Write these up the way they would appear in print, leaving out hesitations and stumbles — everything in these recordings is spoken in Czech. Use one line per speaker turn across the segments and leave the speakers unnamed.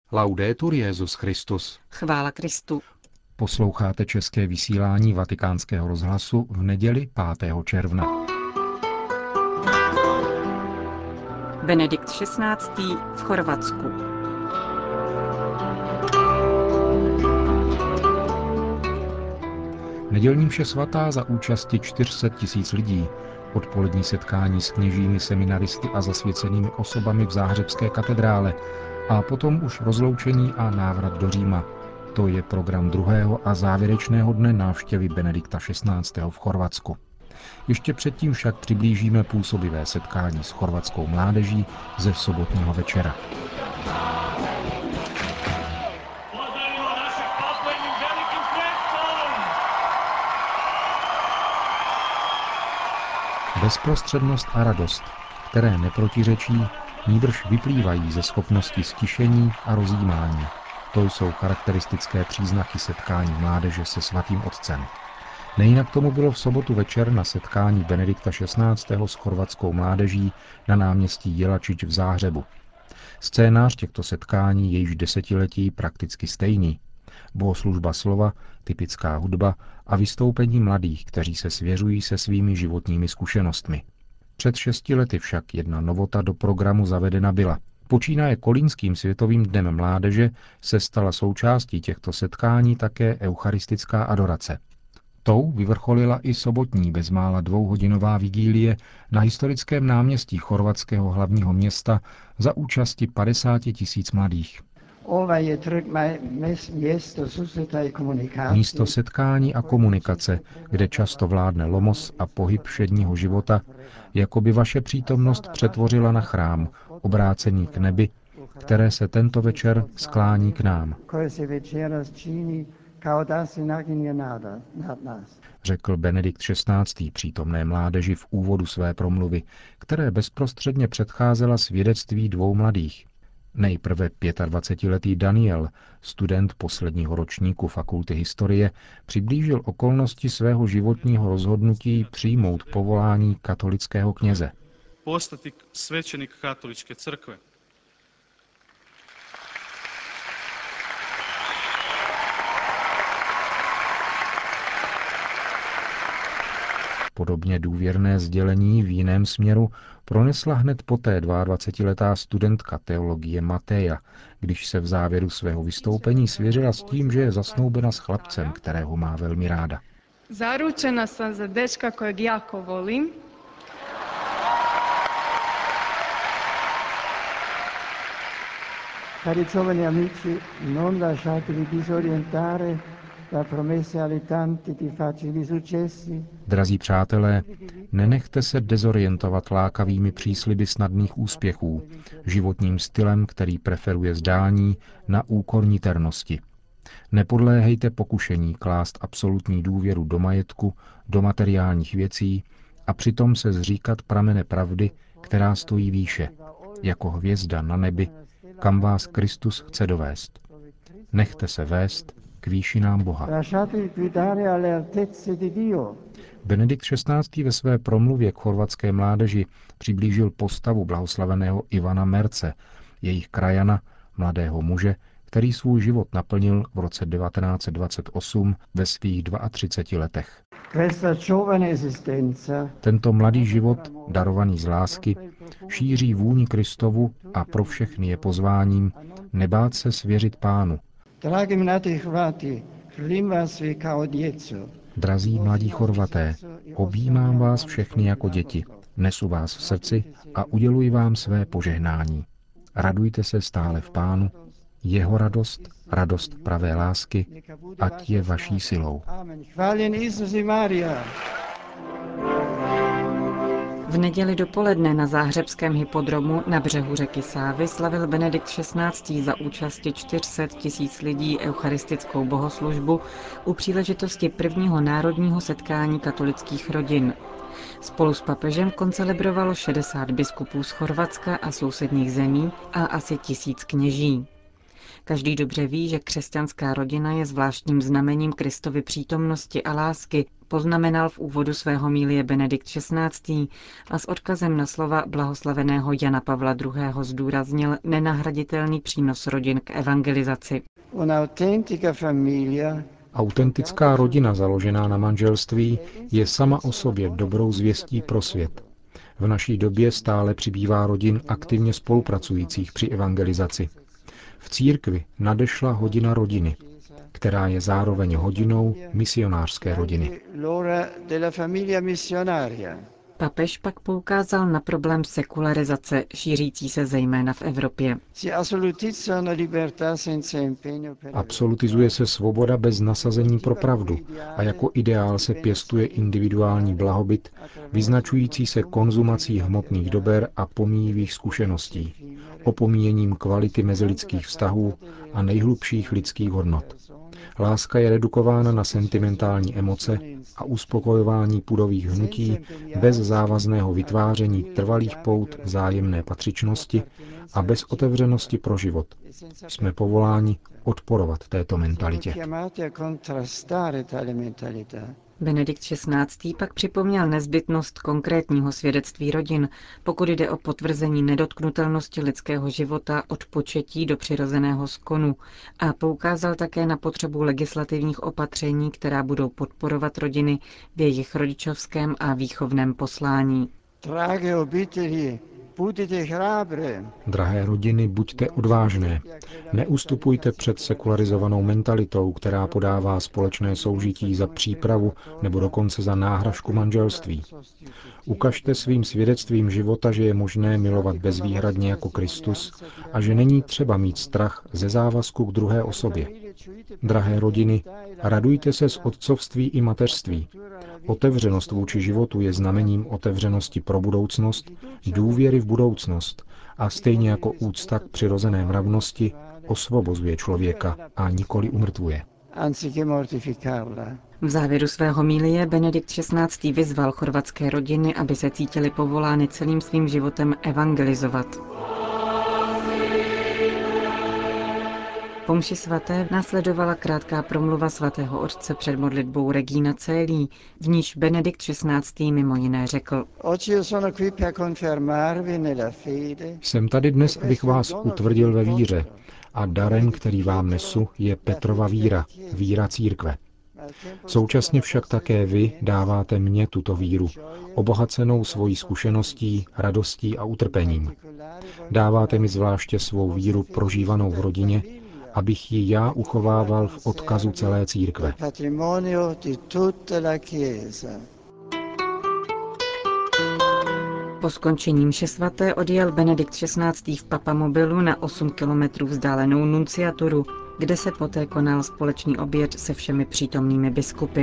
Laudetur Jesus Christus.
Chvála Kristu.
Posloucháte české vysílání Vatikánského rozhlasu v neděli 5. června.
Benedikt XVI. V Chorvatsku.
Nedělní mše svatá za účasti 400 000 lidí, odpolední setkání s kněžími, seminaristy a zasvěcenými osobami v Záhřebské katedrále a potom už rozloučení a návrat do Říma. To je program druhého a závěrečného dne návštěvy Benedikta XVI. V Chorvatsku. Ještě předtím však přiblížíme působivé setkání s chorvatskou mládeží ze sobotního večera. Bezprostřednost a radost, které neprotiřečí, nýbrž vyplývají ze schopnosti stišení a rozjímání. To jsou charakteristické příznaky setkání mládeže se svatým otcem. Nejinak tomu bylo v sobotu večer na setkání Benedikta XVI. S chorvatskou mládeží na náměstí Jelačić v Záhřebu. Scénář těchto setkání je již desetiletí prakticky stejný. Bohoslužba slova, typická hudba a vystoupení mladých, kteří se svěřují se svými životními zkušenostmi. Před 6 lety však jedna novota do programu zavedena byla. Počínaje Kolínským světovým dnem mládeže se stala součástí těchto setkání také eucharistická adorace. Tou vyvrcholila i sobotní bezmála 2hodinová vigílie na historickém náměstí chorvatského hlavního města za účasti 50 000 mladých. Místo setkání a komunikace, kde často vládne lomos a pohyb všedního života, jako by vaše přítomnost přetvořila na chrám, obrácený k nebi, které se tento večer sklání k nám, řekl Benedikt XVI. Přítomné mládeži v úvodu své promluvy, které bezprostředně předcházela svědectví 2 mladých. Nejprve 25letý Daniel, student posledního ročníku fakulty historie, přiblížil okolnosti svého životního rozhodnutí přijmout povolání katolického kněze.
Postati svećenik katoličke crkve.
Podobně důvěrné sdělení v jiném směru pronesla hned poté 22letá studentka teologie Mateja, když se v závěru svého vystoupení svěřila s tím, že je zasnoubena s chlapcem, kterého má velmi ráda.
Zaručena sam za dečka kojeg jako volim.
Cari giovani amici, non lasciatevi disorientare da promesse alitanti di facili successi.
Drazí přátelé, nenechte se dezorientovat lákavými přísliby snadných úspěchů, životním stylem, který preferuje zdání na úkor niternosti. Nepodléhejte pokušení klást absolutní důvěru do majetku, do materiálních věcí a přitom se zříkat pramene pravdy, která stojí výše, jako hvězda na nebi, kam vás Kristus chce dovést. Nechte se vést k výšinám Boha. Benedikt XVI. Ve své promluvě k chorvatské mládeži přiblížil postavu blahoslaveného Ivana Merce, jejich krajana, mladého muže, který svůj život naplnil v roce 1928 ve svých 32 letech. Tento mladý život, darovaný z lásky, šíří vůni Kristovu a pro všechny je pozváním nebát se svěřit Pánu. Drazí mladí Chorvaté, objímám vás všechny jako děti, nesu vás v srdci a uděluji vám své požehnání. Radujte se stále v Pánu, jeho radost, radost pravé lásky, ať je vaší silou.
V neděli dopoledne na záhřebském hypodromu na břehu řeky Sávy slavil Benedikt XVI. Za účasti 400 000 lidí eucharistickou bohoslužbu u příležitosti prvního národního setkání katolických rodin. Spolu s papežem koncelebrovalo 60 biskupů z Chorvatska a sousedních zemí a asi 1000 kněží. Každý dobře ví, že křesťanská rodina je zvláštním znamením Kristovy přítomnosti a lásky, poznamenal v úvodu své homilie Benedikt XVI. A s odkazem na slova blahoslaveného Jana Pavla II. Zdůraznil nenahraditelný přínos rodin k evangelizaci.
Autentická rodina založená na manželství je sama o sobě dobrou zvěstí pro svět. V naší době stále přibývá rodin aktivně spolupracujících při evangelizaci. V církvi nadešla hodina rodiny, která je zároveň hodinou misionářské rodiny.
Papež pak poukázal na problém sekularizace, šířící se zejména v Evropě.
Absolutizuje se svoboda bez nasazení pro pravdu a jako ideál se pěstuje individuální blahobyt, vyznačující se konzumací hmotných dober a pomíjivých zkušeností, opomíjením kvality mezilidských vztahů a nejhlubších lidských hodnot. Láska je redukována na sentimentální emoce a uspokojování pudových hnutí bez závazného vytváření trvalých pout vzájemné patřičnosti a bez otevřenosti pro život. Jsme povoláni odporovat této mentalitě.
Benedikt XVI. Pak připomněl nezbytnost konkrétního svědectví rodin, pokud jde o potvrzení nedotknutelnosti lidského života od početí do přirozeného skonu, a poukázal také na potřebu legislativních opatření, která budou podporovat rodiny v jejich rodičovském a výchovném poslání.
Drahé rodiny, buďte odvážné. Neustupujte před sekularizovanou mentalitou, která podává společné soužití za přípravu nebo dokonce za náhražku manželství. Ukažte svým svědectvím života, že je možné milovat bezvýhradně jako Kristus a že není třeba mít strach ze závazku k druhé osobě. Drahé rodiny, radujte se z otcovství i mateřství. Otevřenost vůči životu je znamením otevřenosti pro budoucnost, důvěry v budoucnost a stejně jako úcta k přirozené mravnosti osvobozuje člověka a nikoli umrtvuje.
V závěru své homilie Benedikt XVI. Vyzval chorvatské rodiny, aby se cítili povolány celým svým životem evangelizovat. Po mši svaté následovala krátká promluva svatého otce před modlitbou Regina Caeli, v níž Benedikt XVI. Mimo jiné řekl:
Jsem tady dnes, abych vás utvrdil ve víře, a darem, který vám nesu, je Petrova víra, víra církve. Současně však také vy dáváte mně tuto víru, obohacenou svojí zkušeností, radostí a utrpením. Dáváte mi zvláště svou víru prožívanou v rodině, abych ji já uchovával v odkazu celé církve.
Po skončení mše svaté odjel Benedikt XVI. V papamobilu na 8 kilometrů vzdálenou nunciaturu, kde se poté konal společný oběd se všemi přítomnými biskupy.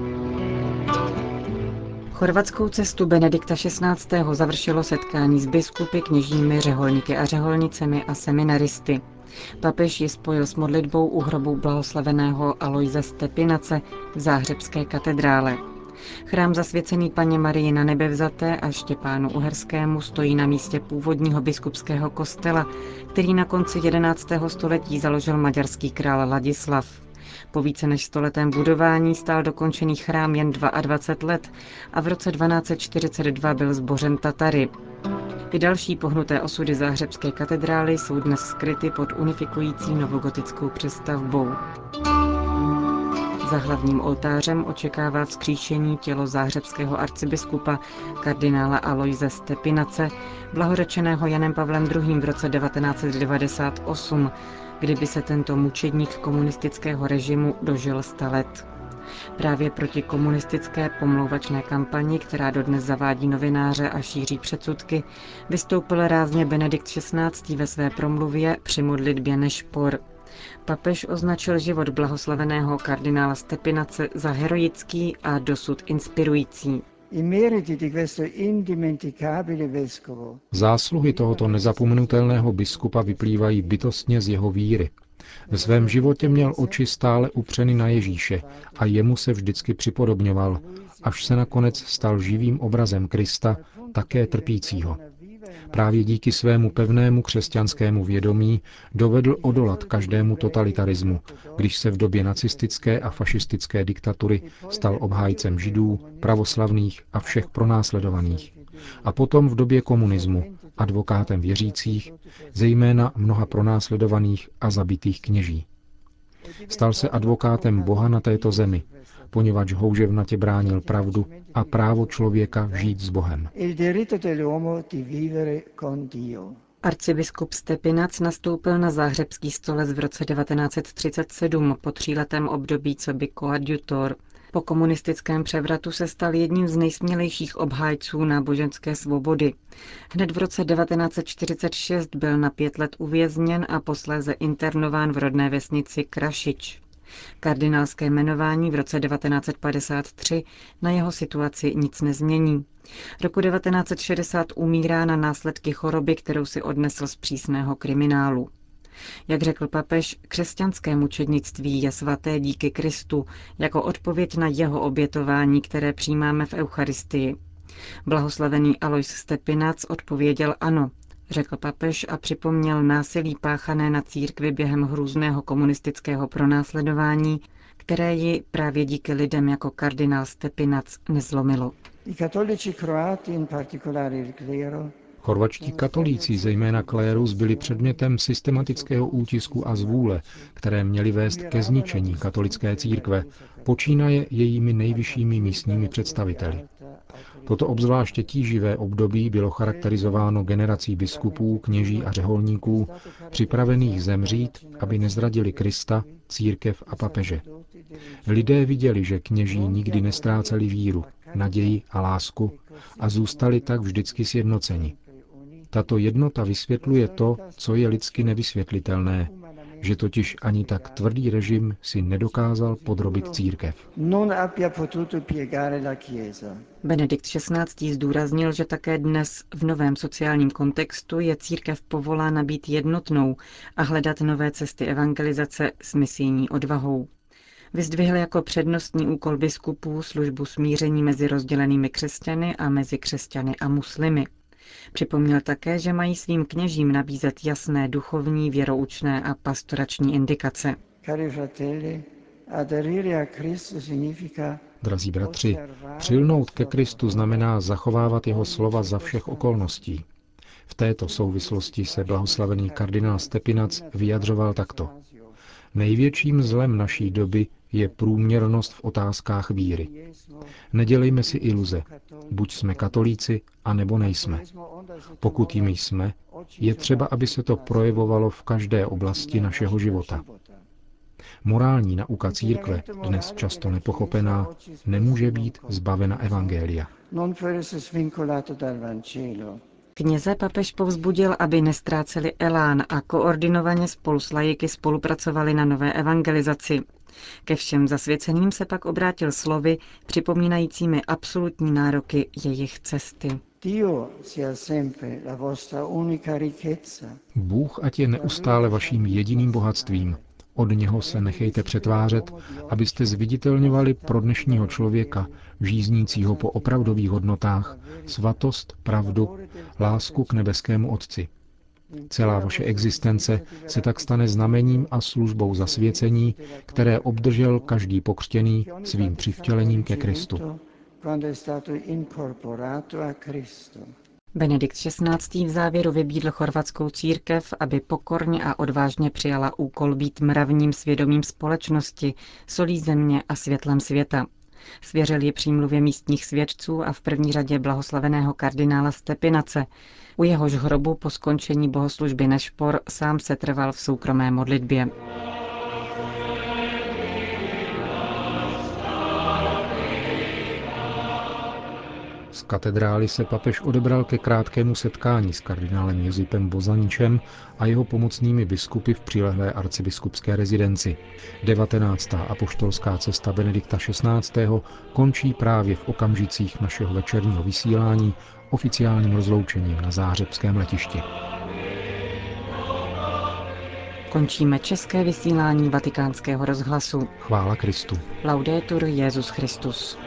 Chorvatskou cestu Benedikta XVI. Završilo setkání s biskupy, kněžími, řeholníky a řeholnicemi a seminaristy. Papež ji spojil s modlitbou u hrobu blahoslaveného Alojze Stepinace v záhřebské katedrále. Chrám zasvěcený Panně Marii na Nebevzaté a Štěpánu Uherskému stojí na místě původního biskupského kostela, který na konci 11. století založil maďarský král Ladislav. Po více než stoletém budování stál dokončený chrám jen 22 let a v roce 1242 byl zbořen Tatary. I další pohnuté osudy záhřebské katedrály jsou dnes skryty pod unifikující novogotickou přestavbou. Za hlavním oltářem očekává vzkříšení tělo záhřebského arcibiskupa kardinála Alojze Stepinace, blahorečeného Janem Pavlem II. V roce 1998, kdyby se tento mučedník komunistického režimu dožil 100 let. Právě proti komunistické pomlouvačné kampani, která dodnes zavádí novináře a šíří předsudky, vystoupil rázně Benedikt XVI. Ve své promluvě při modlitbě Nešpor. Papež označil život blahoslaveného kardinála Stepinace za heroický a dosud inspirující.
Zásluhy tohoto nezapomenutelného biskupa vyplývají bytostně z jeho víry. Ve svém životě měl oči stále upřeny na Ježíše a jemu se vždycky připodobňoval, až se nakonec stal živým obrazem Krista, také trpícího. Právě díky svému pevnému křesťanskému vědomí dovedl odolat každému totalitarismu, když se v době nacistické a fašistické diktatury stal obhájcem židů, pravoslavných a všech pronásledovaných. A potom v době komunismu advokátem věřících, zejména mnoha pronásledovaných a zabitých kněží. Stal se advokátem Boha na této zemi, poněvadž houževnatě bránil pravdu a právo člověka žít s Bohem.
Arcibiskup Stepinac nastoupil na záhřebský stolec v roce 1937 po 3letém období coby koadjutor. Po komunistickém převratu se stal jedním z nejsmělejších obhájců náboženské svobody. Hned v roce 1946 byl na 5 let uvězněn a posléze internován v rodné vesnici Krašič. Kardinálské jmenování v roce 1953 na jeho situaci nic nezmění. Roku 1960 umírá na následky choroby, kterou si odnesl z přísného kriminálu. Jak řekl papež, křesťanské mučednictví je svaté díky Kristu, jako odpověď na jeho obětování, které přijímáme v Eucharistii. Blahoslavený Alois Stepinac odpověděl ano, řekl papež a připomněl násilí páchané na církvi během hrůzného komunistického pronásledování, které ji právě díky lidem jako kardinál Stepinac nezlomilo.
Chorvatští katolíci, zejména klérus, byli předmětem systematického útisku a zvůle, které měly vést ke zničení katolické církve, počínaje jejími nejvyššími místními představiteli. Toto obzvláště tíživé období bylo charakterizováno generací biskupů, kněží a řeholníků, připravených zemřít, aby nezradili Krista, církev a papeže. Lidé viděli, že kněží nikdy nestráceli víru, naději a lásku a zůstali tak vždycky sjednoceni. Tato jednota vysvětluje to, co je lidsky nevysvětlitelné, že totiž ani tak tvrdý režim si nedokázal podrobit církev.
Benedikt XVI. Zdůraznil, že také dnes v novém sociálním kontextu je církev povolána být jednotnou a hledat nové cesty evangelizace s misijní odvahou. Vyzdvihl jako přednostní úkol biskupů službu smíření mezi rozdělenými křesťany a mezi křesťany a muslimy. Připomněl také, že mají svým kněžím nabízet jasné duchovní, věroučné a pastorační indikace.
Drazí bratři, přilnout ke Kristu znamená zachovávat jeho slova za všech okolností. V této souvislosti se blahoslavený kardinál Stepinac vyjadřoval takto. Největším zlem naší doby je průměrnost v otázkách víry. Nedělejme si iluze. Buď jsme katolíci, anebo nejsme. Pokud jimi jsme, je třeba, aby se to projevovalo v každé oblasti našeho života. Morální nauka církve, dnes často nepochopená, nemůže být zbavena evangelia.
Kněze papež povzbudil, aby nestráceli elán a koordinovaně spolu s laiky spolupracovali na nové evangelizaci. Ke všem zasvěceným se pak obrátil slovy, připomínajícími absolutní nároky jejich cesty.
Bůh ať je neustále vaším jediným bohatstvím. Od něho se nechejte přetvářet, abyste zviditelňovali pro dnešního člověka, žíznícího po opravdových hodnotách, svatost, pravdu, lásku k nebeskému Otci. Celá vaše existence se tak stane znamením a službou zasvěcení, které obdržel každý pokřtěný svým přivtělením ke Kristu.
Benedikt XVI. V závěru vybídl chorvatskou církev, aby pokorně a odvážně přijala úkol být mravním svědomím společnosti, solí země a světlem světa. Svěřil ji přímluvě místních svědců a v první řadě blahoslaveného kardinála Stepinace. U jehož hrobu po skončení bohoslužby nešpor sám setrval v soukromé modlitbě.
Z katedrály se papež odebral ke krátkému setkání s kardinálem Josipem Bozaničem a jeho pomocnými biskupy v přilehlé arcibiskupské rezidenci. 19. apoštolská cesta Benedikta XVI. Končí právě v okamžicích našeho večerního vysílání oficiálním rozloučením na záhřebském letišti.
Končíme české vysílání Vatikánského rozhlasu.
Chvála Kristu.
Laudetur Jesus Christus.